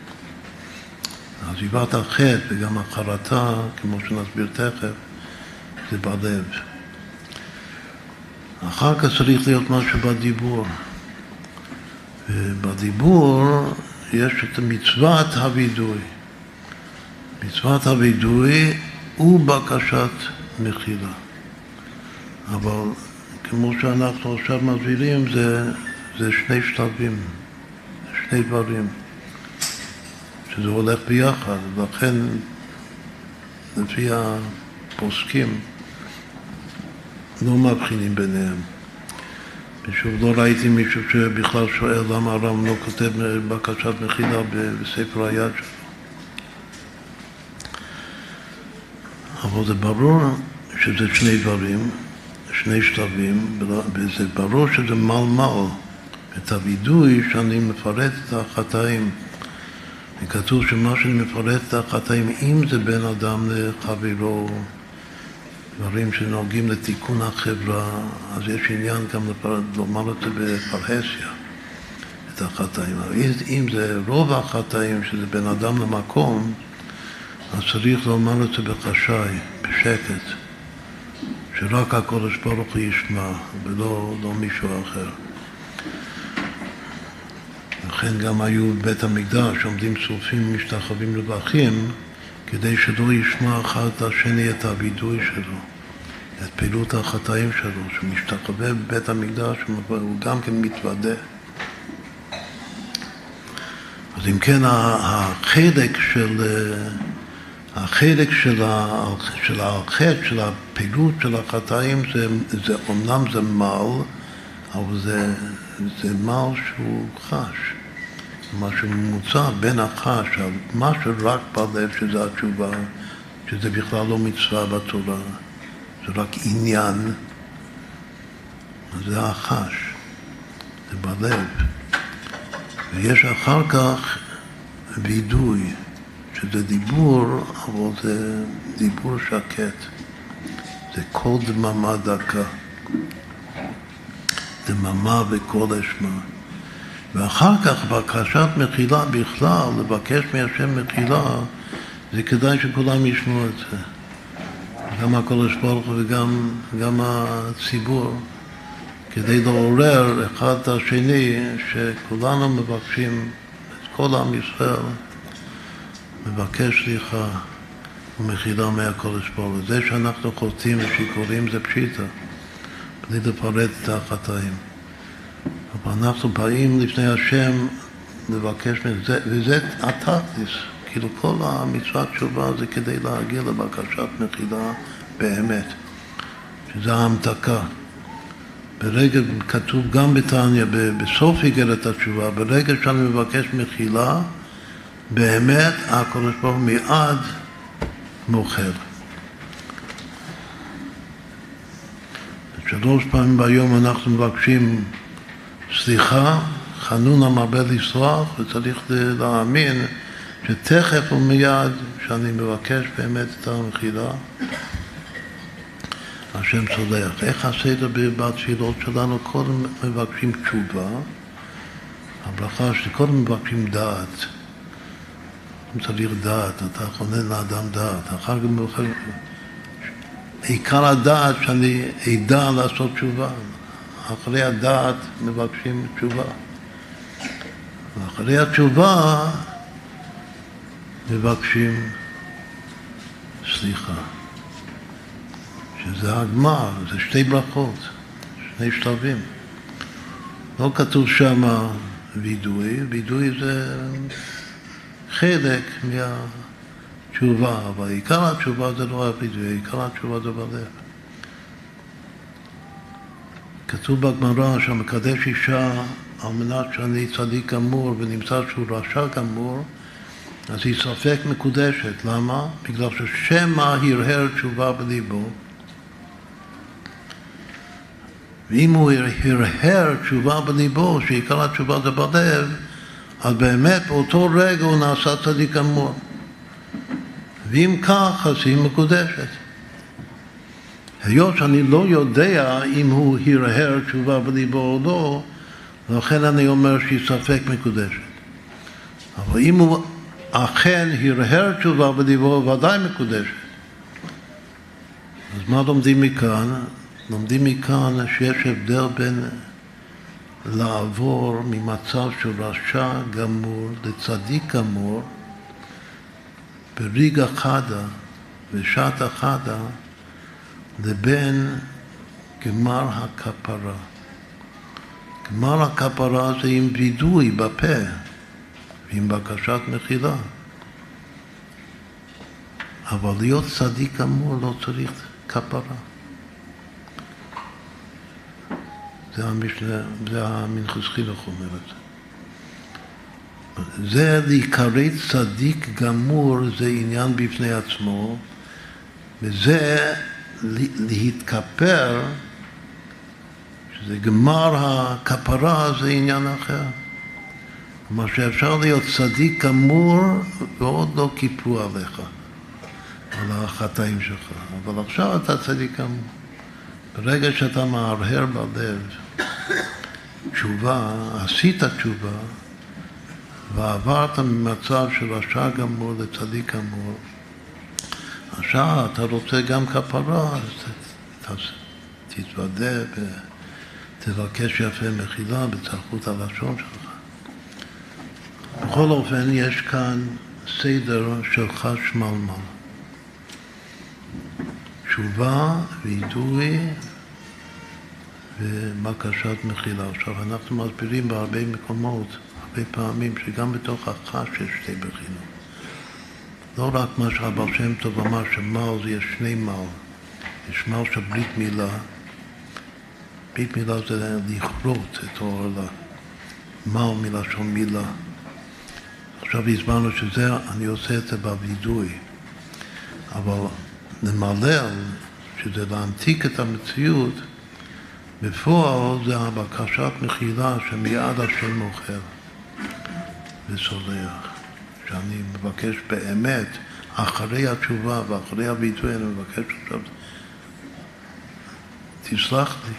עזיבת החטא וגם החרטה, כמו שנסביר תכף, זה בלב. אחר כך צריך להיות משהו בדיבור. ובדיבור יש את מצוות הווידוי. מצוות הווידוי ובקשת מחילה. אבל כמו שאנחנו עכשיו מסבירים, זה שני שלבים, שני דברים, שזה הולך ביחד, ולכן לפי הפוסקים לא מבחינים ביניהם. ושוב, לא ראיתי מישהו שבכלל שואל למה הרמב"ם לא כותב בקשת מחילה בספר היד שלו. אבל זה ברור שזה שני דברים, שני שלבים, וזה ברור שזה מלמל, את הווידוי שאני מפרט את החטאים. וכתוב שמה שאני מפרט את החטאים, אם זה בין אדם לחברו, דברים שנוגעים לתיקון החברה, אז יש עניין גם לומר את זה בפרהסיה, את החטאים. אבל אם זה רוב החטאים, שזה בין אדם למקום, אז צריך לומר את זה בחשאי, בשקט. שרק הקודש ברוך הוא ישמע, ולא מישהו אחר. לכן גם היו בבית המקדש, עומדים שורפים משתחווים לבכים, כדי שלא ישמע אחד את השני את הווידוי שלו, את פעילות החטאים שלו, שמשתחווה בבית המקדש, הוא גם כן מתוודה. אז אם כן, החלק של החטא, של הפעילות של החטאים, זה אומנם זה מל, אבל זה מל שהוא חש, משהו ממוצע בין החש, משהו רק בלב שזה התשובה, שזה בכלל לא מצווה בתורה, זה רק עניין, זה החש, זה בלב. ויש אחר כך וידוי, שזה דיבור, אבל זה דיבור שקט. זה קול דממה דקה. דממה וקול אשמה. ואחר כך בקשת מחילה בכלל, לבקש מהשם מחילה, זה כדאי שכולם ישמעו את זה. גם הקדוש ברוך הוא וגם הציבור, כדי לעורר אחד את השני, שכולנו מבקשים, את כל עם ישראל, מבקש סליחה ומחילה מהקדוש ברוך הוא. זה שאנחנו חוטאים ושיכורים זה פשיטה, בלי לפרט את החטאים. אבל אנחנו באים לפני השם לבקש מזה, וזה התכלס. כאילו כל המצוות תשובה זה כדי להגיע לבקשת מחילה באמת, שזה ההמתקה. ברגע, כתוב גם בתניא, בסוף איגרת התשובה, ברגע שאני מבקש מחילה, באמת הקדוש ברוך הוא מיד מוחל. 3 פעמים ביום אנחנו מבקשים סליחה, חנון המרבה לסלוח, וצריך להאמין שתכף ומיד שאני מבקש באמת את המחילה, השם סולח. איך הסדר בתפילות שלנו? קודם מבקשים תשובה, הברכה שקודם מבקשים דעת. צריך דעת, אתה חונן לאדם דעת. אחר כך עיקר הדעת שאני אדע לעשות תשובה. אחרי הדעת מבקשים תשובה. ואחרי התשובה מבקשים סליחה. שזה הגמר, זה 2 ברכות, 2 שלבים. לא כתוב שם וידוי, וידוי זה חלק מהתשובה, אבל עיקר התשובה זה לא הוידוי, עיקר התשובה זה בלב. כתוב בגמרא שהמקדש אישה על מנת שאני צדיק גמור ונמצא שהוא רשע גמור, אז היא ספק מקודשת. למה? בגלל ששמא הרהר תשובה בליבו. ואם הוא הרהר תשובה בליבו, שעיקר התשובה זה בלב, אז באמת באותו רגע הוא נעשה צדיק גמור. ואם כך, אז היא מקודשת. היות שאני לא יודע אם הוא הרהר תשובה בליבו או לא, לכן אני אומר שהיא ספק מקודשת. אבל אם הוא אכן הרהר תשובה בליבו, ודאי מקודשת. אז מה לומדים מכאן? לומדים מכאן שיש הבדל בין לעבור ממצב של רשע גמור לצדיק גמור ברגע חדה ושעת חדה לבין גמר הכפרה. גמר הכפרה זה עם וידוי בפה ועם בקשת מחילה. אבל להיות צדיק גמור לא צריך כפרה. זה המשנה, זה המנחס חינוך אומרת. זה להיקרא צדיק גמור, זה עניין בפני עצמו, וזה להתכפר, שזה גמר הכפרה, זה עניין אחר. כלומר שאפשר להיות צדיק גמור ועוד לא כיפרו עליך, על החטאים שלך. אבל עכשיו אתה צדיק גמור. ברגע שאתה מהרהר בלב תשובה, עשית תשובה, ועברת ממצב של רשע גמור לצדיק גמור, עכשיו אתה רוצה גם כפרה, אז תתוודה ותבקש יפה מחילה בצלחות הלשון שלך. בכל אופן יש כאן סדר של חשמלמל. תשובה וידוי ובקשת מחילה. עכשיו אנחנו מסבירים בהרבה מקומות, הרבה פעמים, שגם בתוך החש יש 2 בחינות. לא רק מה שהבעל שם טוב אמר שמל זה יש 2 מל. יש מל של ברית מילה. ברית מילה זה לכרות את העורלה. מל מלשון מילה. עכשיו הסברנו שזה, אני עושה את זה בוידוי. אבל למלל, שזה להנתיק את המציאות, בפועל זה הבקשת מחילה שמיד השם מוחל וסולח. שאני מבקש באמת, אחרי התשובה ואחרי הביטוי, אני מבקש עכשיו, תסלח לי,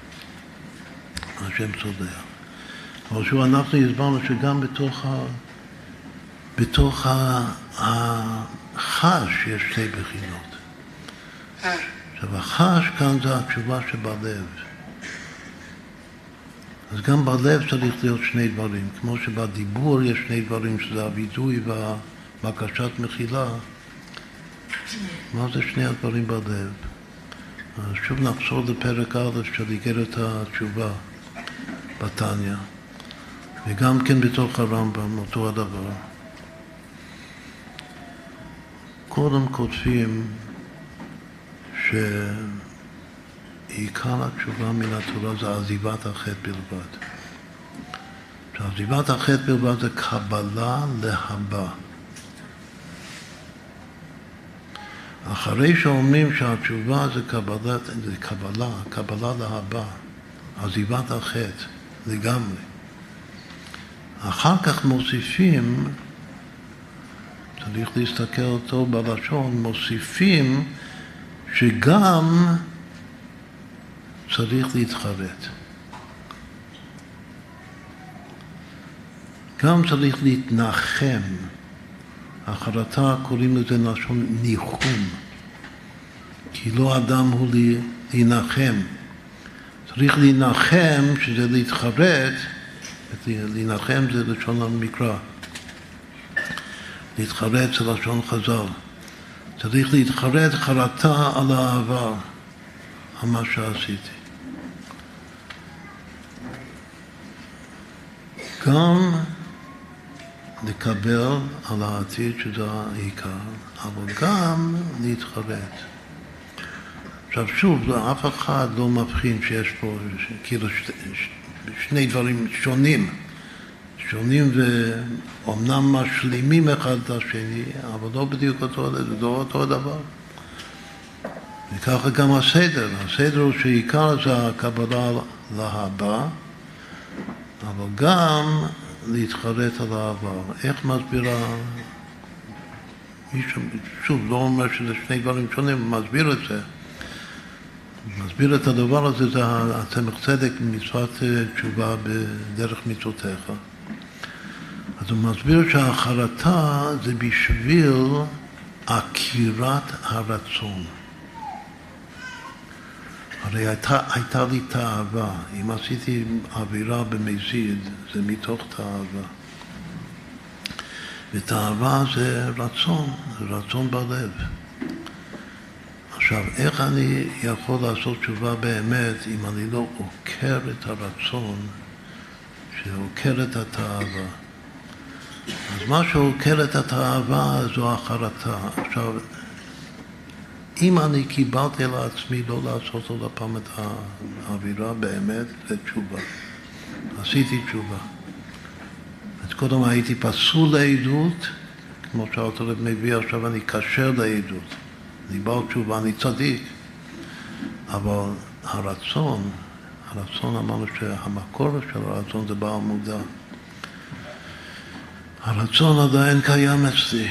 השם סולח. אבל שוב, אנחנו הסברנו שגם בתוך החש יש 2 בחינות. עכשיו, החש כאן זה התשובה שבלב. אז גם בלב צריך להיות 2 דברים. כמו שבדיבור יש 2 דברים, שזה הווידוי והבקשת מחילה. מה זה 2 הדברים בלב? אז שוב נחזור לפרק א' של איגרת התשובה בתניא. וגם כן בתוך הרמב"ם, אותו הדבר. קודם כותבים שאם עיקר התשובה מן התורה זה עזיבת החטא בלבד. עזיבת החטא בלבד זה קבלה להבא. אחרי שאומרים שהתשובה זה קבלה להבא, עזיבת החטא לגמרי. אחר כך מוסיפים, צריך להסתכל אותו בלשון, מוסיפים שגם צריך להתחרט. גם צריך להתנחם. החרטה קוראים לזה לשון ניחום. כי לא אדם הוא להנחם. צריך להנחם, שזה להתחרט, להנחם זה לשון המקרא. להתחרט זה לשון חז"ל. צריך להתחרט חרטה על העבר, על מה שעשיתי. גם לקבל על העתיד שזה העיקר, אבל גם להתחרט. עכשיו שוב, אף אחד לא מבחין שיש פה כאילו שני דברים שונים ואומנם משלימים אחד את השני, אבל לא בדיוק אותו דבר. וככה גם הסדר הוא שעיקר זה הקבלה להבא, אבל גם להתחרט על העבר. איך מסבירה? שוב, לא אומר שזה שני דברים שונים, מסביר את זה. מסביר את הדבר הזה, זה הצמח צדק מצוות תשובה בדרך מצוותיך. אז הוא מסביר שהחרטה זה בשביל עקירת הרצון. הרי הייתה לי תאווה. אם עשיתי עבירה במזיד, זה מתוך תאווה. ותאווה זה רצון בלב. עכשיו, איך אני יכול לעשות תשובה באמת אם אני לא עוקר את הרצון שעוקר את התאווה? אז מה שעוקר את התאווה זו החרטה. עכשיו, אם אני קיבלתי לעצמי לא לעשות עוד הפעם את האווירה באמת, זה תשובה. עשיתי תשובה. אז קודם הייתי פסול לעדות, כמו שהאוטורית מביא, עכשיו אני כשר לעדות. אני בעל תשובה, אני צדיק. אבל הרצון אמרנו שהמקור של הרצון זה בעל מודע. הרצון עדיין קיים אצלי.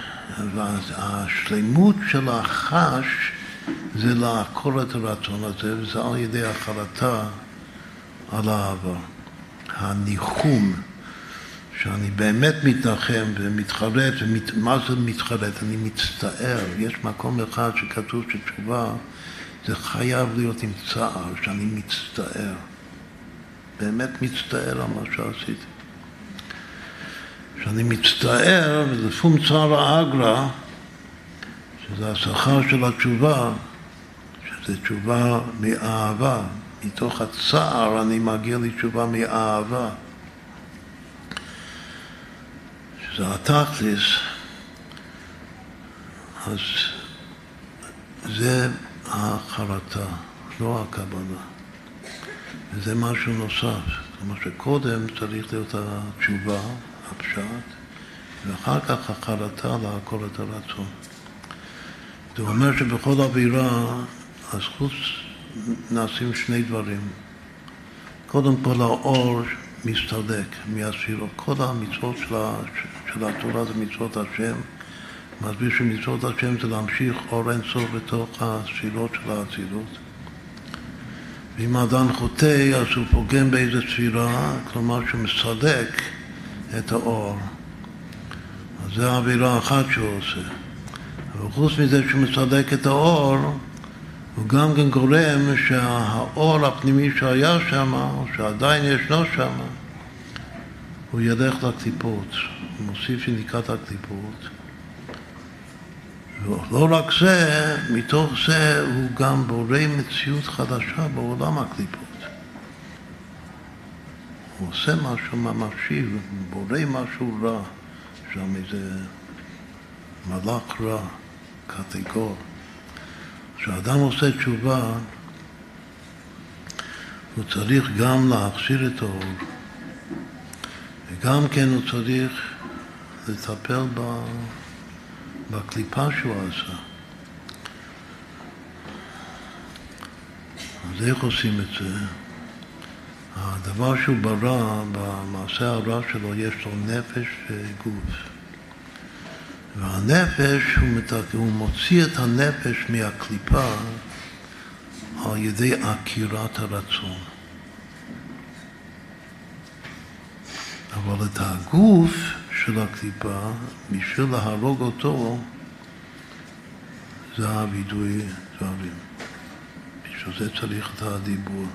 והשלמות של החש זה לעקור את הרצון הזה, וזה על ידי החרטה על העבר. הניחום, שאני באמת מתנחם ומתחרט, מה זה מתחרט? אני מצטער. יש מקום אחד שכתוב שתשובה זה חייב להיות עם צער, שאני מצטער. באמת מצטער על מה שעשיתי. שאני מצטער, וזה פום צער האגרא, שזה השכר של התשובה, שזה תשובה מאהבה. מתוך הצער אני מגיע לתשובה מאהבה. שזה התכלס, אז זה החרטה, לא הקבלה. וזה משהו נוסף. כלומר שקודם צריך להיות התשובה, הפשט, ואחר כך החרטה לעקור את הרצון. זה אומר שבכל עבירה, אז חוץ נעשים שני דברים. קודם כל האור מסתלק מהספירות. כל המצוות של התורה זה מצוות השם. מסביר שמצוות השם זה להמשיך אור אין סוף בתוך הספירות של האצילות. ואם האדם חוטא, אז הוא פוגם באיזו ספירה, כלומר שהוא מסלק את האור. אז זו העבירה אחת שהוא עושה. אבל חוץ מזה שהוא מסלק את האור, הוא גם כן גורם שהאור הפנימי שהיה שם, או שעדיין ישנו שם, הוא ילך לקליפות. הוא מוסיף שניקת הקליפות. ולא רק זה, מתוך זה הוא גם בורא מציאות חדשה בעולם הקליפות. הוא עושה משהו ממשי, הוא בורא משהו רע, שם איזה מלאך רע, קטגור. כשאדם עושה תשובה, הוא צריך גם להכשיר את האור, וגם כן הוא צריך לטפל בקליפה שהוא עשה. אז איך עושים את זה? הדבר שהוא ברא במעשה הרע שלו, יש לו נפש וגוף. והנפש, הוא מוציא את הנפש מהקליפה על ידי עקירת הרצון. אבל את הגוף של הקליפה, בשביל להרוג אותו, זה הווידוי דברים. בשביל זה צריך את הדיבור.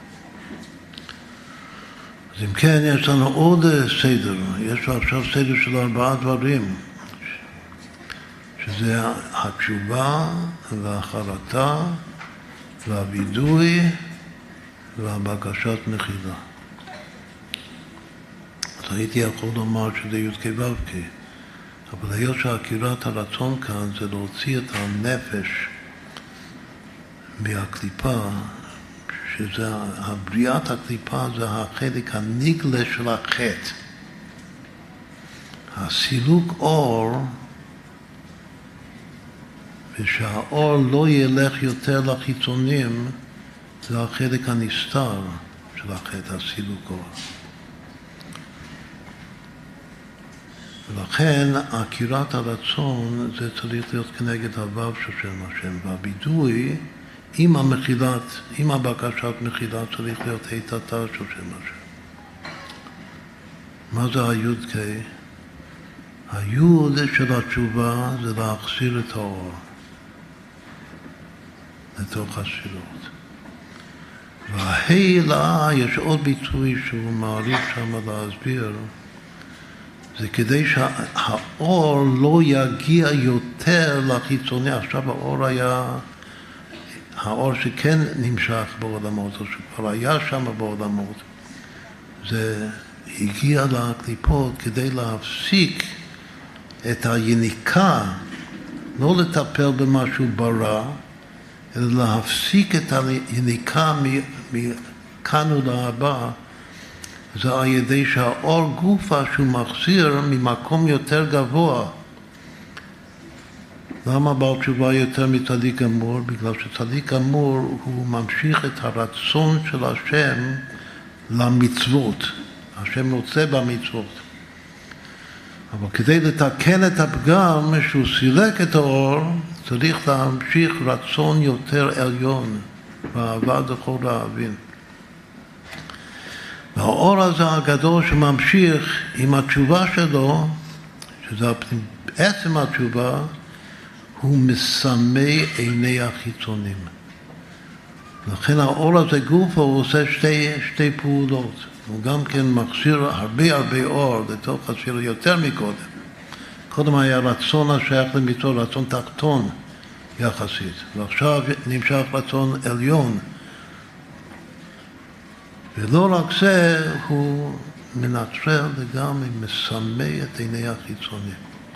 אז אם כן, יש לנו עוד סדר. יש לנו עכשיו סדר של 4 דברים. שזה התשובה והחרטה והווידוי והבקשת מחילה. אז הייתי יכול לומר שזה י"ק ו"ק, אבל היות שעקירת הרצון כאן זה להוציא את הנפש מהקליפה, שזה הבריאת הקליפה, זה החלק הנגלה של החטא. הסילוק אור, ושהאור לא ילך יותר לחיצונים, זה החלק הנסתר של החטא, הסילוק אור. ולכן עקירת הרצון זה צריך להיות כנגד הוו של שם השם, והבידוי עם המחילת, עם הבקשת מחילה צריך להיות היתתה של שם השם. מה זה היוד קי? היוד של התשובה זה להחזיר את האור לתוך הספירות. וההילה, יש עוד ביטוי שהוא מעריך שם להסביר, זה כדי שהאור לא יגיע יותר לחיצוני. עכשיו האור היה, האור שכן נמשך בעולמות, או שכבר היה שם בעולמות, זה הגיע לקליפות כדי להפסיק את היניקה, לא לטפל במשהו ברע, אלא להפסיק את היניקה מכאן ולהבא, זה על ידי שהאור גופה שהוא מחזיר ממקום יותר גבוה. למה בעל תשובה יותר מצדיק גמור? בגלל שצדיק גמור הוא ממשיך את הרצון של השם למצוות. השם רוצה במצוות. אבל כדי לתקן את הפגם שהוא סילק את האור, צריך להמשיך רצון יותר עליון, ואהבה לכל האהבים. והאור הזה הגדול שממשיך עם התשובה שלו, שזה עצם התשובה, הוא מסמא עיני החיצונים. לכן האור הזה גוף הוא עושה שתי פעולות. הוא גם כן מחזיר הרבה אור לתוך הספירה יותר מקודם. קודם היה רצון השייך למצוות, רצון תחתון יחסית, ועכשיו נמשך רצון עליון. ולא רק זה, הוא מנטרל לגמרי, מסמא את עיני החיצונים.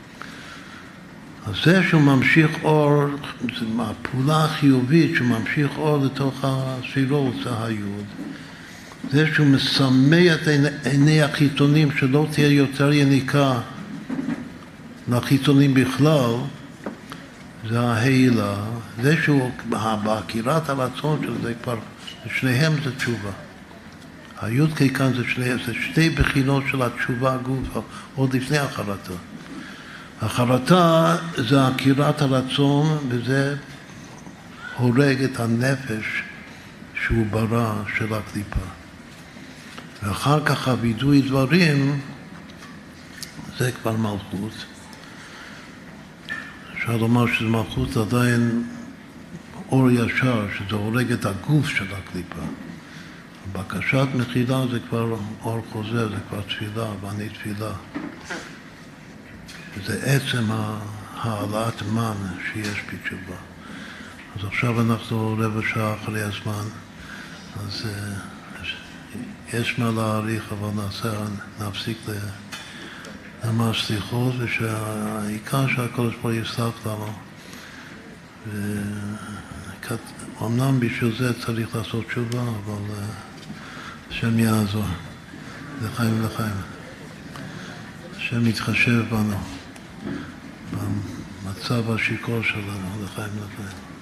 אז זה שהוא ממשיך אור, זה הפעולה החיובית שהוא ממשיך אור לתוך הספירות, זה היוד. זה שהוא מסמא את עיני החיצונים, שלא תהיה יותר יניקה לחיצונים בכלל, זה ההילה. זה שהוא, בעקירת הרצון של זה כבר, שניהם זה תשובה. היוד כאן זה שתי בחינות של התשובה גופה, עוד לפני החרטה. החרטה זה עקירת הרצון, וזה הורג את הנפש שהוא ברא של הקליפה. ואחר כך הווידוי דברים, זה כבר מלכות. אפשר לומר שזה מלכות עדיין אור ישר, שזה הורג את הגוף של הקליפה. בקשת מחילה זה כבר אור חוזר, זה כבר תפילה, ואני תפילה. זה עצם העלאת מן שיש בתשובה. אז עכשיו אנחנו רבע שעה אחרי הזמן, אז יש מה להאריך, אבל נפסיק ממש סליחות, ושהעיקר שהקדוש ברוך הוא יסלח לנו. אמנם בשביל זה צריך לעשות תשובה, אבל השם יעזור, לחיים לחיים. השם יתחשב בנו, במצב השיכור שלנו, לחיים לחיים.